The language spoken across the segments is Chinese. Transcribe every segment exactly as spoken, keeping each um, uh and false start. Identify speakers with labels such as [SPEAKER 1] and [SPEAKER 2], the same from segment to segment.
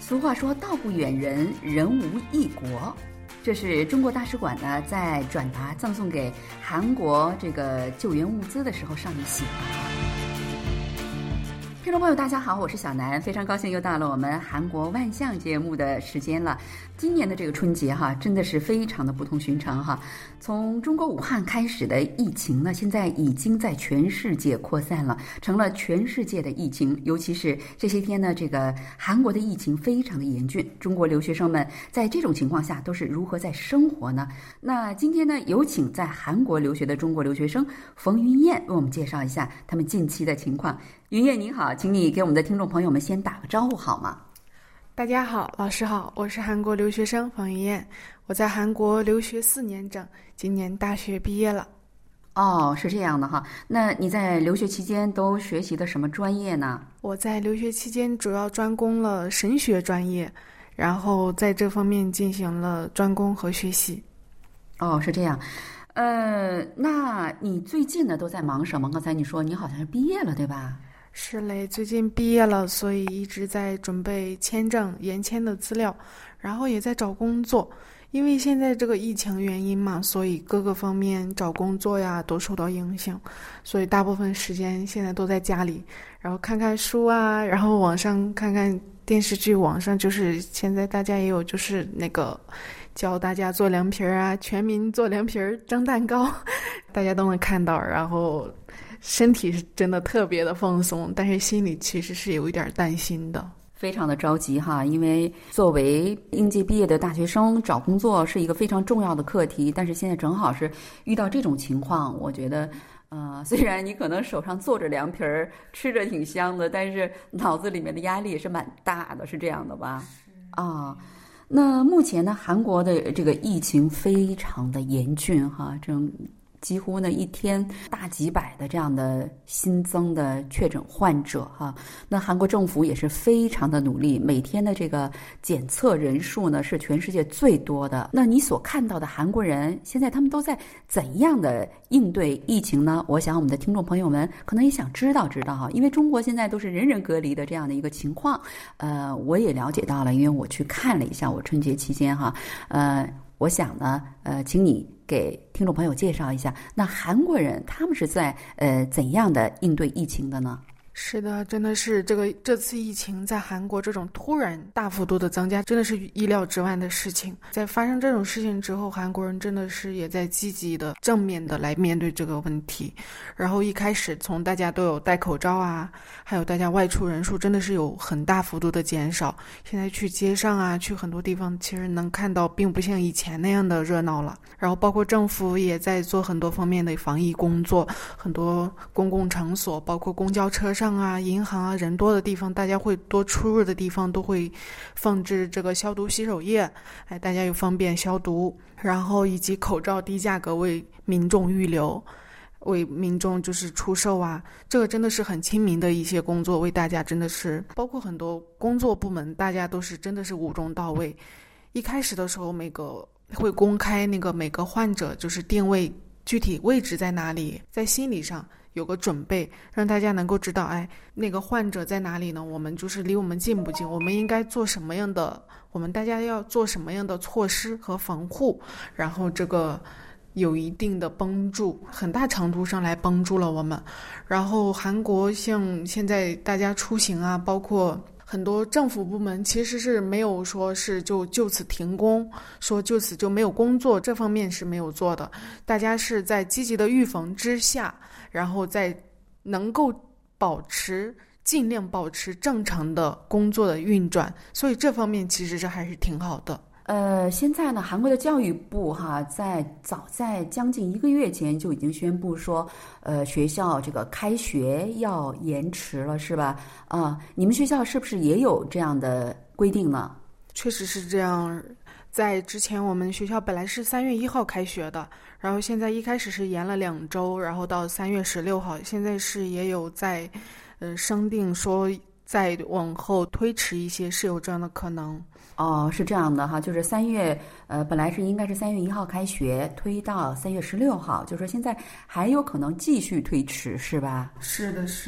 [SPEAKER 1] 俗话说道不远人，人无异国。这是中国大使馆呢在转达赠送给韩国这个救援物资的时候上面写的。听众朋友大家好，我是小南，非常高兴又到了我们韩国万象节目的时间了。今年的这个春节哈，真的是非常的不同寻常哈。从中国武汉开始的疫情呢，现在已经在全世界扩散了，成了全世界的疫情。尤其是这些天呢，这个韩国的疫情非常的严峻。中国留学生们在这种情况下都是如何在生活呢？那今天呢，有请在韩国留学的中国留学生冯云燕为我们介绍一下他们近期的情况。云燕您好，请你给我们的听众朋友们先打个招呼好吗？
[SPEAKER 2] 大家好，老师好，我是韩国留学生冯云燕，我在韩国留学四年整，今年大学毕业了。
[SPEAKER 1] 哦，是这样的哈。那你在留学期间都学习的什么专业呢？
[SPEAKER 2] 我在留学期间主要专攻了神学专业，然后在这方面进行了专攻和学习。
[SPEAKER 1] 哦，是这样。呃，那你最近呢都在忙什么？刚才你说你好像是毕业了，对吧？
[SPEAKER 2] 是嘞，最近毕业了，所以一直在准备签证延签的资料，然后也在找工作。因为现在这个疫情原因嘛，所以各个方面找工作呀都受到影响，所以大部分时间现在都在家里，然后看看书啊，然后网上看看电视剧，网上就是现在大家也有就是那个教大家做凉皮儿啊，全民做凉皮儿蒸蛋糕，大家都能看到，然后身体是真的特别的放松，但是心里其实是有一点担心的，
[SPEAKER 1] 非常的着急哈。因为作为应届毕业的大学生，找工作是一个非常重要的课题，但是现在正好是遇到这种情况，我觉得呃，虽然你可能手上做着凉皮儿，吃着挺香的，但是脑子里面的压力也是蛮大的，是这样的吧？啊。那目前呢，韩国的这个疫情非常的严峻哈，正几乎呢一天大几百的这样的新增的确诊患者哈。那韩国政府也是非常的努力，每天的这个检测人数呢是全世界最多的。那你所看到的韩国人现在他们都在怎样的应对疫情呢？我想我们的听众朋友们可能也想知道知道哈，因为中国现在都是人人隔离的这样的一个情况。呃，我也了解到了，因为我去看了一下我春节期间哈，呃，我想呢，呃，请你给听众朋友介绍一下，那韩国人他们是在呃怎样的应对疫情的呢？
[SPEAKER 2] 是的，真的是这个这次疫情在韩国这种突然大幅度的增加，真的是意料之外的事情。在发生这种事情之后，韩国人真的是也在积极的正面的来面对这个问题。然后一开始从大家都有戴口罩啊，还有大家外出人数真的是有很大幅度的减少。现在去街上啊，去很多地方其实能看到并不像以前那样的热闹了。然后包括政府也在做很多方面的防疫工作，很多公共场所包括公交车上啊，银行啊，人多的地方，大家会多出入的地方都会放置这个消毒洗手液，哎，大家又方便消毒，然后以及口罩低价格为民众预留，为民众就是出售啊，这个真的是很亲民的一些工作，为大家真的是包括很多工作部门，大家都是真的是武中到位。一开始的时候，每个会公开那个每个患者就是定位具体位置在哪里，在心理上有个准备，让大家能够知道，哎，那个患者在哪里呢？我们就是离我们近不近？我们应该做什么样的？我们大家要做什么样的措施和防护？然后这个有一定的帮助，很大程度上来帮助了我们。然后韩国像现在大家出行啊，包括很多政府部门其实是没有说是就就此停工，说就此就没有工作，这方面是没有做的。大家是在积极的预防之下，然后在能够保持尽量保持正常的工作的运转，所以这方面其实是还是挺好的。
[SPEAKER 1] 呃，现在呢，韩国的教育部哈，在早在将近一个月前就已经宣布说，呃，学校这个开学要延迟了，是吧？啊、呃，你们学校是不是也有这样的规定呢？
[SPEAKER 2] 确实是这样。在之前我们学校本来是三月一号开学的，然后现在一开始是延了两周，然后到三月十六号，现在是也有在，呃，商定说再往后推迟一些，是有这样的可能。
[SPEAKER 1] 哦，是这样的哈，就是三月，呃，本来是应该是三月一号开学，推到三月十六号，就是说现在还有可能继续推迟，是吧？
[SPEAKER 2] 是的，是的。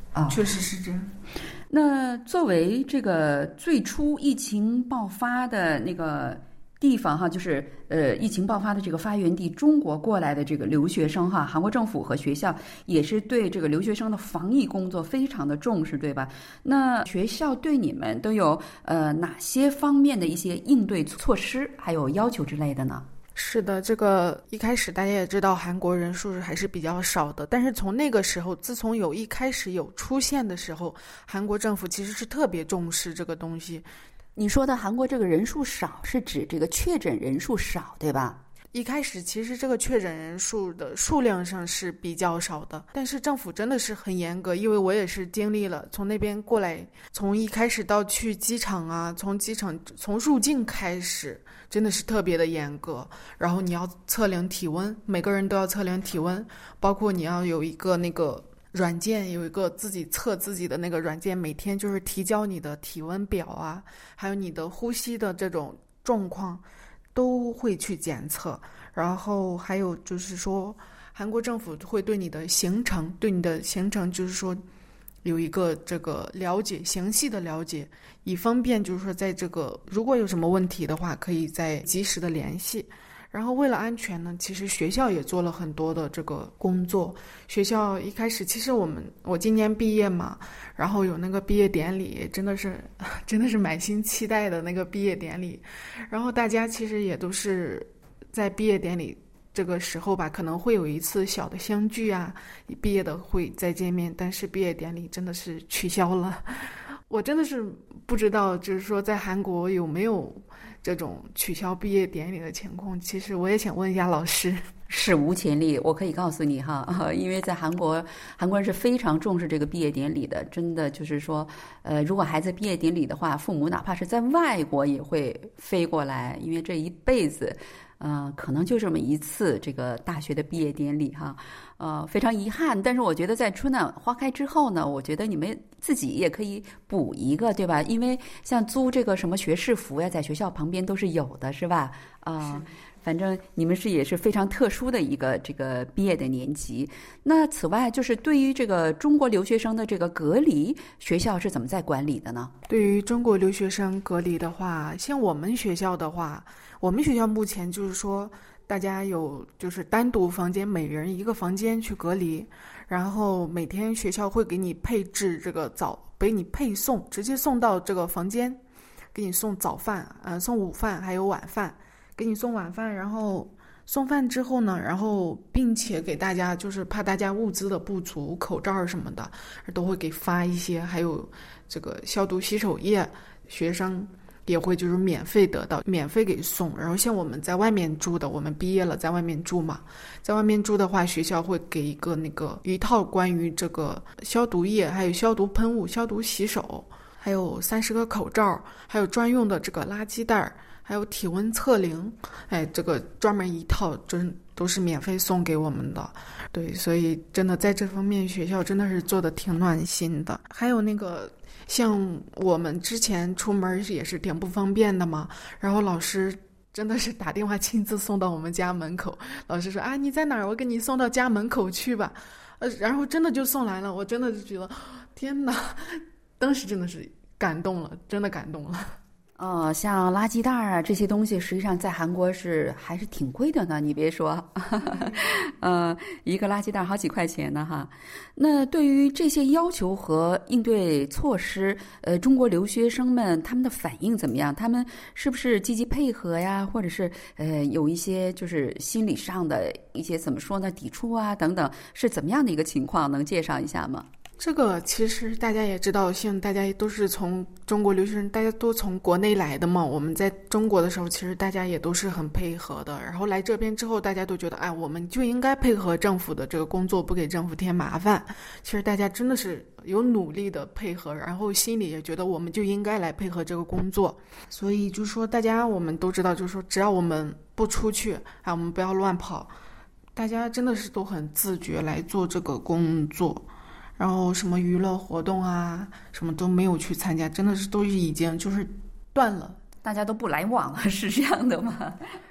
[SPEAKER 1] 啊，
[SPEAKER 2] 确实是这样。
[SPEAKER 1] 那作为这个最初疫情爆发的那个地方哈，就是呃疫情爆发的这个发源地中国过来的这个留学生哈，韩国政府和学校也是对这个留学生的防疫工作非常的重视，对吧？那学校对你们都有呃哪些方面的一些应对措施，还有要求之类的呢？
[SPEAKER 2] 是的，这个一开始大家也知道韩国人数还是比较少的，但是从那个时候，自从有一开始有出现的时候，韩国政府其实是特别重视这个东西。
[SPEAKER 1] 你说的韩国这个人数少是指这个确诊人数少，对吧？
[SPEAKER 2] 一开始其实这个确诊人数的数量上是比较少的，但是政府真的是很严格，因为我也是经历了从那边过来，从一开始到去机场啊，从机场从入境开始真的是特别的严格，然后你要测量体温，每个人都要测量体温，包括你要有一个那个软件，有一个自己测自己的那个软件，每天就是提交你的体温表啊，还有你的呼吸的这种状况都会去检测。然后还有就是说韩国政府会对你的行程对你的行程就是说有一个这个了解，详细的了解，以方便就是说在这个如果有什么问题的话可以再及时的联系。然后为了安全呢，其实学校也做了很多的这个工作。学校一开始其实我们我今年毕业嘛，然后有那个毕业典礼，真的是真的是满心期待的那个毕业典礼。然后大家其实也都是在毕业典礼这个时候吧，可能会有一次小的相聚啊，毕业的会再见面，但是毕业典礼真的是取消了。我真的是不知道，就是说在韩国有没有这种取消毕业典礼的情况。其实我也想问一下老师。
[SPEAKER 1] 史无前例，我可以告诉你哈，呃，因为在韩国，韩国人是非常重视这个毕业典礼的，真的就是说，呃，如果孩子毕业典礼的话，父母哪怕是在外国也会飞过来，因为这一辈子，呃，可能就这么一次这个大学的毕业典礼哈，呃，非常遗憾。但是我觉得在春暖花开之后呢，我觉得你们自己也可以补一个，对吧？因为像租这个什么学士服呀，在学校旁边都是有的，是吧？啊、呃。反正你们是也是非常特殊的一个这个毕业的年级。那此外，就是对于这个中国留学生的这个隔离，学校是怎么在管理的呢？
[SPEAKER 2] 对于中国留学生隔离的话，像我们学校的话，我们学校目前就是说，大家有就是单独房间，每人一个房间去隔离，然后每天学校会给你配置这个早，给你配送，直接送到这个房间，给你送早饭，呃，送午饭还有晚饭。给你送晚饭，然后送饭之后呢，然后并且给大家就是怕大家物资的不足，口罩什么的都会给发一些，还有这个消毒洗手液，学生也会就是免费得到，免费给送。然后像我们在外面住的，我们毕业了在外面住嘛，在外面住的话，学校会给一个那个一套关于这个消毒液，还有消毒喷雾、消毒洗手，还有三十个口罩，还有专用的这个垃圾袋，还有体温测铃，哎，这个专门一套真都是免费送给我们的。对，所以真的在这方面学校真的是做的挺暖心的。还有那个像我们之前出门也是挺不方便的嘛，然后老师真的是打电话亲自送到我们家门口，老师说啊你在哪儿，我给你送到家门口去吧，呃，然后真的就送来了。我真的就觉得天哪，当时真的是感动了，真的感动了。
[SPEAKER 1] 呃，像垃圾袋啊这些东西，实际上在韩国是还是挺贵的呢。你别说，呃，一个垃圾袋好几块钱呢哈。那对于这些要求和应对措施，呃，中国留学生们他们的反应怎么样？他们是不是积极配合呀？或者是呃有一些就是心理上的一些怎么说呢，抵触啊等等，是怎么样的一个情况？能介绍一下吗？
[SPEAKER 2] 这个其实大家也知道，像大家都是从中国留学生，大家都从国内来的嘛。我们在中国的时候，其实大家也都是很配合的。然后来这边之后，大家都觉得，哎，我们就应该配合政府的这个工作，不给政府添麻烦。其实大家真的是有努力的配合，然后心里也觉得我们就应该来配合这个工作。所以就说大家我们都知道，就是说只要我们不出去，啊，我们不要乱跑，大家真的是都很自觉来做这个工作。然后什么娱乐活动啊，什么都没有去参加，真的是都已经就是断了，
[SPEAKER 1] 大家都不来往了，是这样的吗？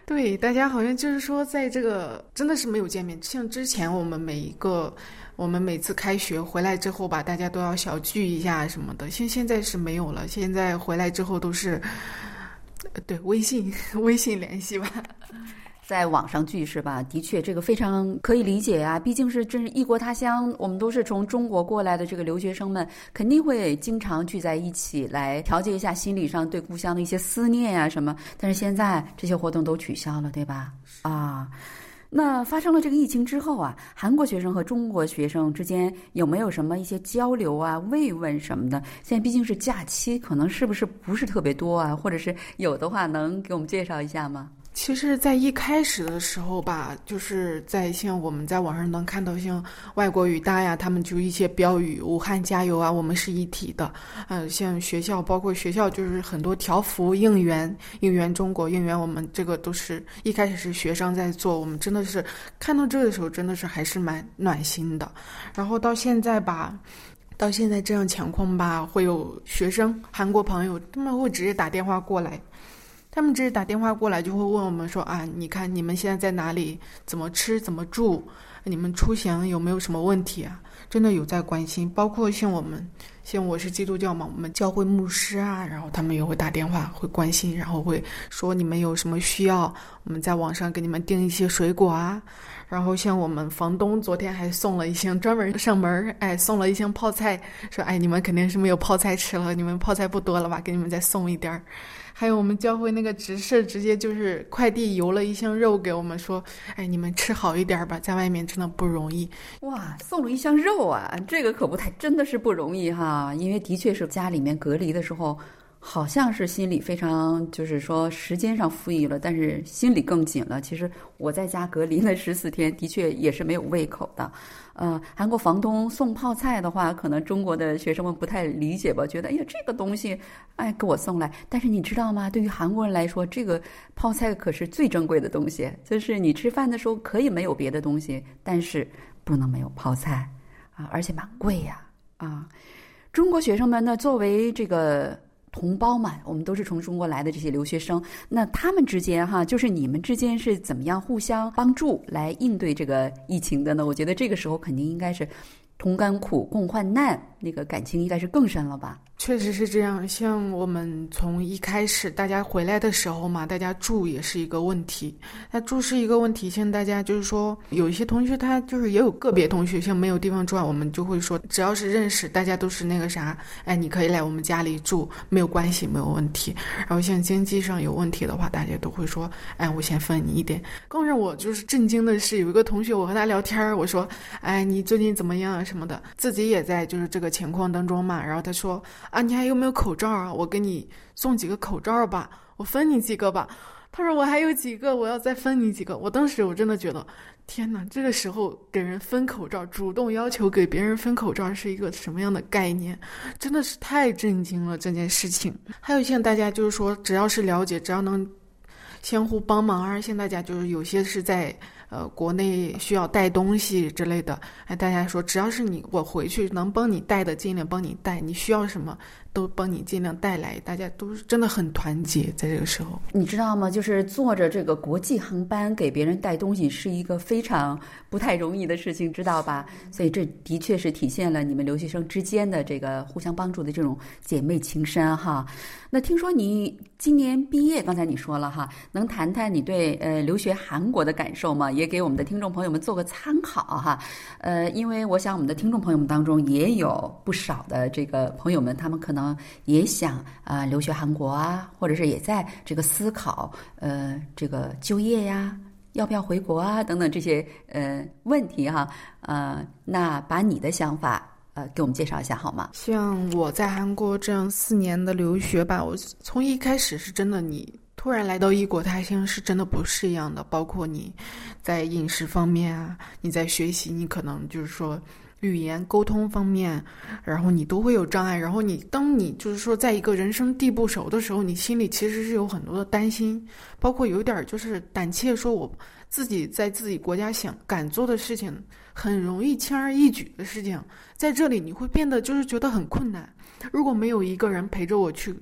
[SPEAKER 2] 对，大家好像就是说在这个真的是没有见面，像之前我们每一个我们每次开学回来之后吧，大家都要小聚一下什么的，现现在是没有了，现在回来之后都是对微信微信联系吧，
[SPEAKER 1] 在网上聚是吧？的确，这个非常可以理解啊。毕竟是真是异国他乡，我们都是从中国过来的这个留学生们，肯定会经常聚在一起来调节一下心理上对故乡的一些思念啊什么。但是现在这些活动都取消了，对吧？啊，那发生了这个疫情之后啊，韩国学生和中国学生之间有没有什么一些交流啊、慰问什么的？现在毕竟是假期，可能是不是不是特别多啊？或者是有的话，能给我们介绍一下吗？
[SPEAKER 2] 其实在一开始的时候吧，就是在像我们在网上能看到像外国语大呀，他们就一些标语，武汉加油啊，我们是一体的。呃，像学校，包括学校就是很多条幅应援，应援中国，应援我们，这个都是一开始是学生在做，我们真的是看到这个时候真的是还是蛮暖心的。然后到现在吧，到现在这样情况吧，会有学生韩国朋友，他们会直接打电话过来。他们直接打电话过来就会问我们说啊，你看你们现在在哪里，怎么吃怎么住，你们出行有没有什么问题啊，真的有在关心。包括像我们像我是基督教嘛，我们教会牧师啊，然后他们也会打电话会关心，然后会说你们有什么需要，我们在网上给你们订一些水果啊。然后像我们房东昨天还送了一箱，专门上门哎送了一箱泡菜，说哎你们肯定是没有泡菜吃了，你们泡菜不多了吧，给你们再送一点。还有我们教会那个执事直接就是快递邮了一箱肉给我们，说哎你们吃好一点吧，在外面真的不容易。
[SPEAKER 1] 哇，送了一箱肉啊，这个可不太真的是不容易哈，因为的确是家里面隔离的时候好像是心里非常就是说时间上富裕了，但是心里更紧了。其实我在家隔离了十四天，的确也是没有胃口的。呃，韩国房东送泡菜的话，可能中国的学生们不太理解吧，觉得哎呀这个东西，哎给我送来。但是你知道吗？对于韩国人来说，这个泡菜可是最珍贵的东西，就是你吃饭的时候可以没有别的东西，但是不能没有泡菜啊，而且蛮贵呀 啊, 啊。中国学生们呢，作为这个同胞嘛，我们都是从中国来的这些留学生，那他们之间哈，就是你们之间是怎么样互相帮助来应对这个疫情的呢？我觉得这个时候肯定应该是同甘苦共患难，那个感情应该是更深了吧。
[SPEAKER 2] 确实是这样，像我们从一开始大家回来的时候嘛，大家住也是一个问题，那住是一个问题，像大家就是说有一些同学他就是也有个别同学像没有地方住啊，我们就会说只要是认识大家都是那个啥，哎你可以来我们家里住，没有关系，没有问题。然后像经济上有问题的话，大家都会说哎我先分你一点。更让我就是震惊的是，有一个同学我和他聊天，我说哎你最近怎么样什么的，自己也在就是这个情况当中嘛，然后他说啊你还有没有口罩啊，我给你送几个口罩吧，我分你几个吧。他说我还有几个，我要再分你几个。我当时我真的觉得天哪，这个时候给人分口罩，主动要求给别人分口罩是一个什么样的概念，真的是太震惊了这件事情。还有像大家就是说只要是了解，只要能相互帮忙啊，像大家就是有些是在呃国内需要带东西之类的，哎大家说只要是你我回去能帮你带的尽量帮你带，你需要什么都帮你尽量带来，大家都是真的很团结在这个时候。
[SPEAKER 1] 你知道吗，就是坐着这个国际航班给别人带东西是一个非常不太容易的事情，知道吧？所以这的确是体现了你们留学生之间的这个互相帮助的这种姐妹情深哈。那听说你今年毕业，刚才你说了哈，能谈谈你对呃留学韩国的感受吗？也给我们的听众朋友们做个参考哈。呃，因为我想我们的听众朋友们当中也有不少的这个朋友们，他们可能也想啊、呃、留学韩国啊，或者是也在这个思考呃这个就业呀，要不要回国啊等等这些呃问题哈。呃，那把你的想法呃，给我们介绍一下好吗？
[SPEAKER 2] 像我在韩国这样四年的留学吧，我从一开始是真的，你突然来到异国他乡是真的不是一样的，包括你在饮食方面啊，你在学习，你可能就是说语言沟通方面，然后你都会有障碍。然后你当你就是说在一个人生地不熟的时候，你心里其实是有很多的担心，包括有点就是胆怯，说我自己在自己国家想敢做的事情，很容易轻而易举的事情，在这里你会变得就是觉得很困难。如果没有一个人陪着我去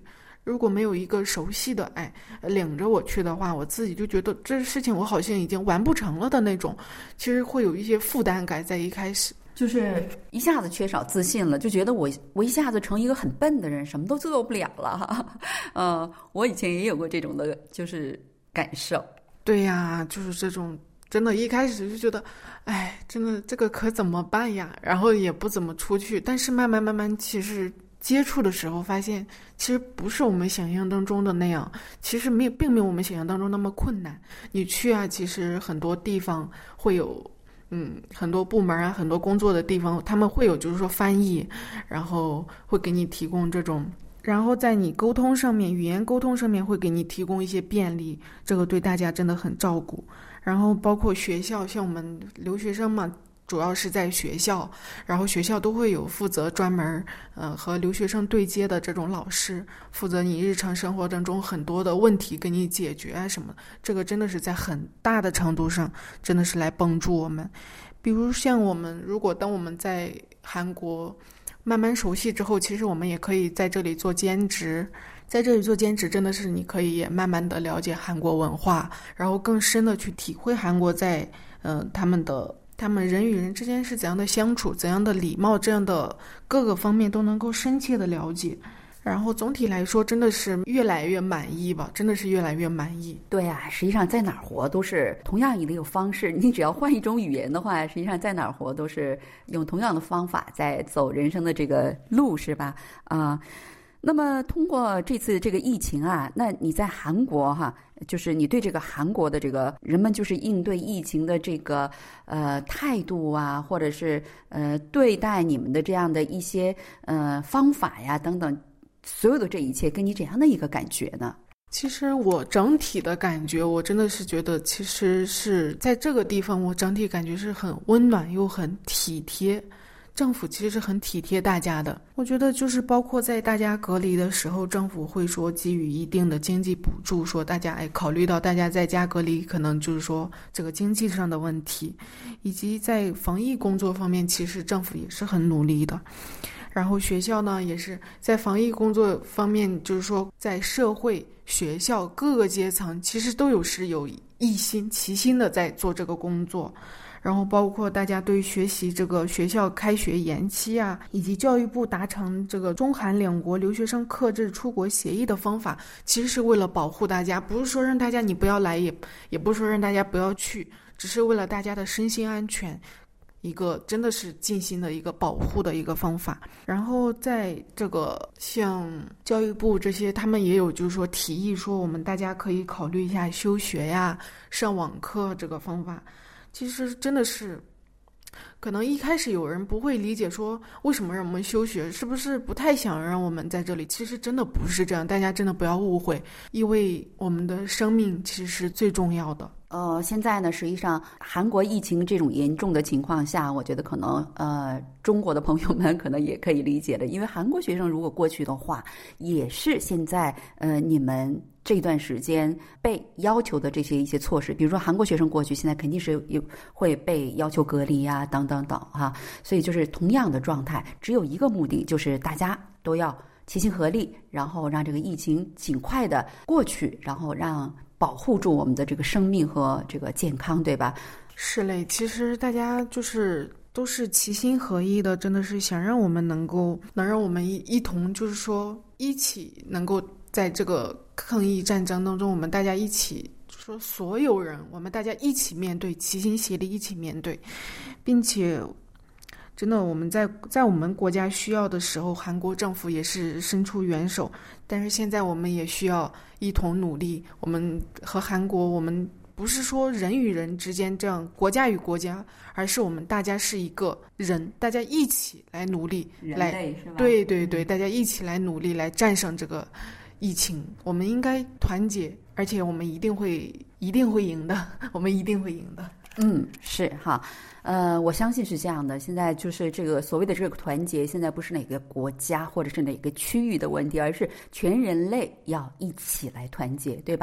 [SPEAKER 2] 如果没有一个熟悉的哎领着我去的话，我自己就觉得这事情我好像已经完不成了的那种，其实会有一些负担感在一开始。
[SPEAKER 1] 就是一下子缺少自信了，就觉得我我一下子成一个很笨的人，什么都做不了了。呃，我以前也有过这种的，就是感受。
[SPEAKER 2] 对呀，就是这种，真的，一开始就觉得，哎，真的这个可怎么办呀？然后也不怎么出去，但是慢慢慢慢，其实接触的时候发现，其实不是我们想象当中的那样，其实没有，并没有我们想象当中那么困难。你去啊，其实很多地方会有。嗯，很多部门啊，很多工作的地方，他们会有就是说翻译，然后会给你提供这种，然后在你沟通上面，语言沟通上面会给你提供一些便利，这个对大家真的很照顾。然后包括学校，像我们留学生嘛，主要是在学校，然后学校都会有负责专门呃和留学生对接的这种老师，负责你日常生活当中很多的问题给你解决啊什么，这个真的是在很大的程度上真的是来帮助我们。比如像我们如果当我们在韩国慢慢熟悉之后，其实我们也可以在这里做兼职，在这里做兼职真的是你可以也慢慢的了解韩国文化，然后更深的去体会韩国在呃他们的他们人与人之间是怎样的相处，怎样的礼貌，这样的各个方面都能够深切的了解。然后总体来说真的是越来越满意吧，真的是越来越满意。
[SPEAKER 1] 对啊，实际上在哪儿活都是同样一个方式，你只要换一种语言的话，实际上在哪儿活都是用同样的方法在走人生的这个路，是吧？啊、呃，那么通过这次这个疫情啊，那你在韩国哈，就是你对这个韩国的这个人们就是应对疫情的这个呃态度啊，或者是呃对待你们的这样的一些呃方法呀等等，所有的这一切给你怎样的一个感觉呢？
[SPEAKER 2] 其实我整体的感觉，我真的是觉得其实是在这个地方，我整体感觉是很温暖又很体贴，政府其实是很体贴大家的。我觉得就是包括在大家隔离的时候，政府会说给予一定的经济补助，说大家哎考虑到大家在家隔离可能就是说这个经济上的问题，以及在防疫工作方面，其实政府也是很努力的。然后学校呢，也是在防疫工作方面，就是说在社会、学校各个阶层，其实都有是有一心齐心的在做这个工作。然后包括大家对学习这个学校开学延期啊，以及教育部达成这个中韩两国留学生克制出国协议的方法，其实是为了保护大家，不是说让大家你不要来，也也不是说让大家不要去，只是为了大家的身心安全。一个真的是尽心的一个保护的一个方法。然后在这个像教育部这些，他们也有就是说提议说我们大家可以考虑一下休学呀、上网课这个方法。其实真的是可能一开始有人不会理解说为什么让我们休学，是不是不太想让我们在这里，其实真的不是这样，大家真的不要误会，因为我们的生命其实是最重要的。
[SPEAKER 1] 呃，现在呢，实际上韩国疫情这种严重的情况下，我觉得可能呃，中国的朋友们可能也可以理解的，因为韩国学生如果过去的话，也是现在呃你们这段时间被要求的这些一些措施，比如说韩国学生过去，现在肯定是有会被要求隔离啊，等等等哈、啊，所以就是同样的状态，只有一个目的，就是大家都要齐心合力，然后让这个疫情尽快的过去，然后让保护住我们的这个生命和这个健康，对吧？
[SPEAKER 2] 是嘞，其实大家就是都是齐心合一的，真的是想让我们能够能让我们一一同就是说一起能够在这个抗疫战争当中，我们大家一起就是说所有人我们大家一起面对，齐心协力一起面对，并且真的我们在在我们国家需要的时候，韩国政府也是伸出援手，但是现在我们也需要一同努力。我们和韩国，我们不是说人与人之间这样，国家与国家，而是我们大家是一个人，大家一起来努力，
[SPEAKER 1] 人
[SPEAKER 2] 来
[SPEAKER 1] 类是吧？
[SPEAKER 2] 对对对，大家一起来努力来战胜这个疫情。我们应该团结，而且我们一定会一定会赢的，我们一定会赢的。
[SPEAKER 1] 嗯，是哈，呃，我相信是这样的。现在就是这个所谓的这个团结，现在不是哪个国家或者是哪个区域的问题，而是全人类要一起来团结，对吧？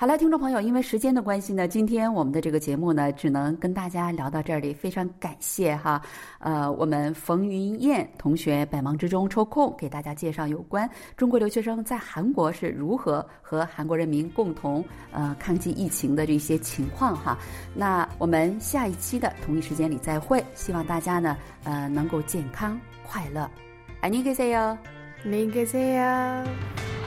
[SPEAKER 1] 好了，听众朋友，因为时间的关系呢，今天我们的这个节目呢，只能跟大家聊到这里，非常感谢哈，呃，我们冯云燕同学百忙之中抽空给大家介绍有关中国留学生在韩国是如何和韩国人民共同呃抗击疫情的这些情况哈。那我们下一期的同一时间里再会，希望大家呢呃能够健康快乐。안녕히 계세요。
[SPEAKER 2] 안녕히 계세요。